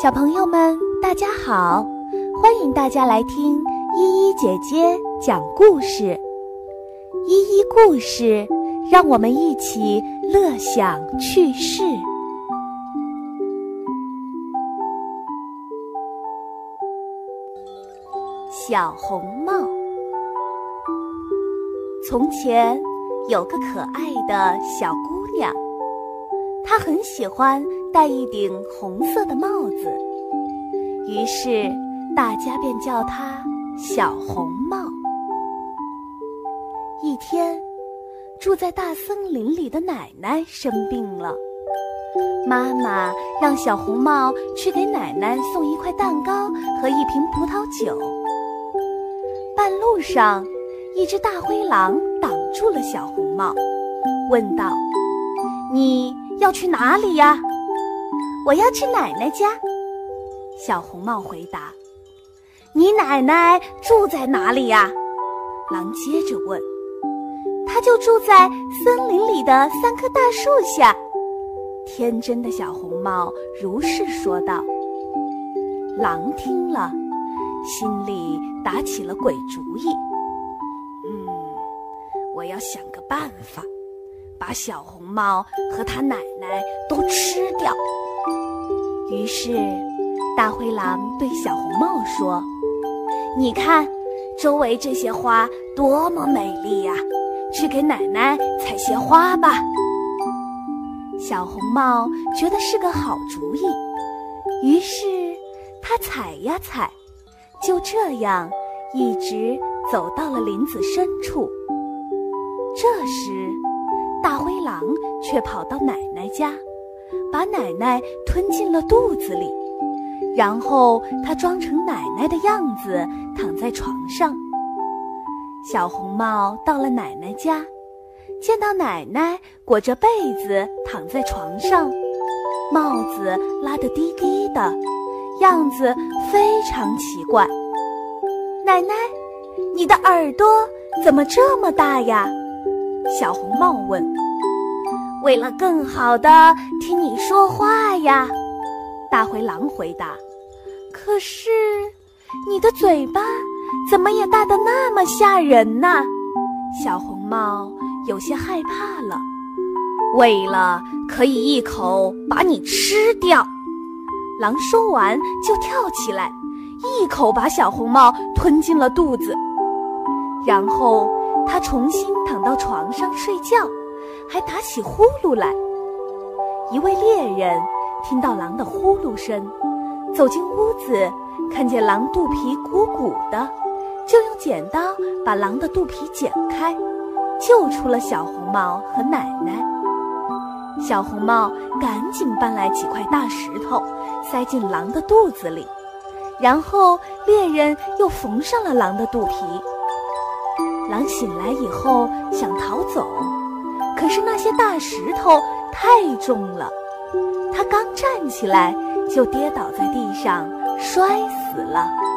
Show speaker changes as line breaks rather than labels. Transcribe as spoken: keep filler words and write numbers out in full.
小朋友们，大家好，欢迎大家来听依依姐姐讲故事。依依故事，让我们一起乐享趣事。小红帽。从前有个可爱的小姑娘，她很喜欢戴一顶红色的帽子，于是大家便叫她小红帽。一天，住在大森林里的奶奶生病了，妈妈让小红帽去给奶奶送一块蛋糕和一瓶葡萄酒。半路上，一只大灰狼挡住了小红帽，问道：“你要去哪里呀？”“我要去奶奶家。”小红帽回答。“你奶奶住在哪里呀？”狼接着问。“她就住在森林里的三棵大树下。”天真的小红帽如是说道。狼听了，心里打起了鬼主意。嗯，我要想个办法，把小红帽和她奶奶都吃掉。于是，大灰狼对小红帽说：“你看，周围这些花多么美丽呀！去给奶奶采些花吧。”小红帽觉得是个好主意，于是她采呀采，就这样一直走到了林子深处。这时，大灰狼却跑到奶奶家，把奶奶吞进了肚子里，然后他装成奶奶的样子躺在床上。小红帽到了奶奶家，见到奶奶裹着被子躺在床上，帽子拉得低低的，样子非常奇怪。“奶奶，你的耳朵怎么这么大呀？”小红帽问。“为了更好地听你说话呀。”大灰狼回答。“可是，你的嘴巴怎么也大得那么吓人呢？”小红帽有些害怕了。“为了可以一口把你吃掉。”狼说完就跳起来，一口把小红帽吞进了肚子。然后他重新躺到床上睡觉，还打起呼噜来。一位猎人听到狼的呼噜声，走进屋子，看见狼肚皮鼓鼓的，就用剪刀把狼的肚皮剪开，救出了小红帽和奶奶。小红帽赶紧搬来几块大石头，塞进狼的肚子里，然后猎人又缝上了狼的肚皮。狼醒来以后想逃走，可是那些大石头太重了，他刚站起来就跌倒在地上，摔死了。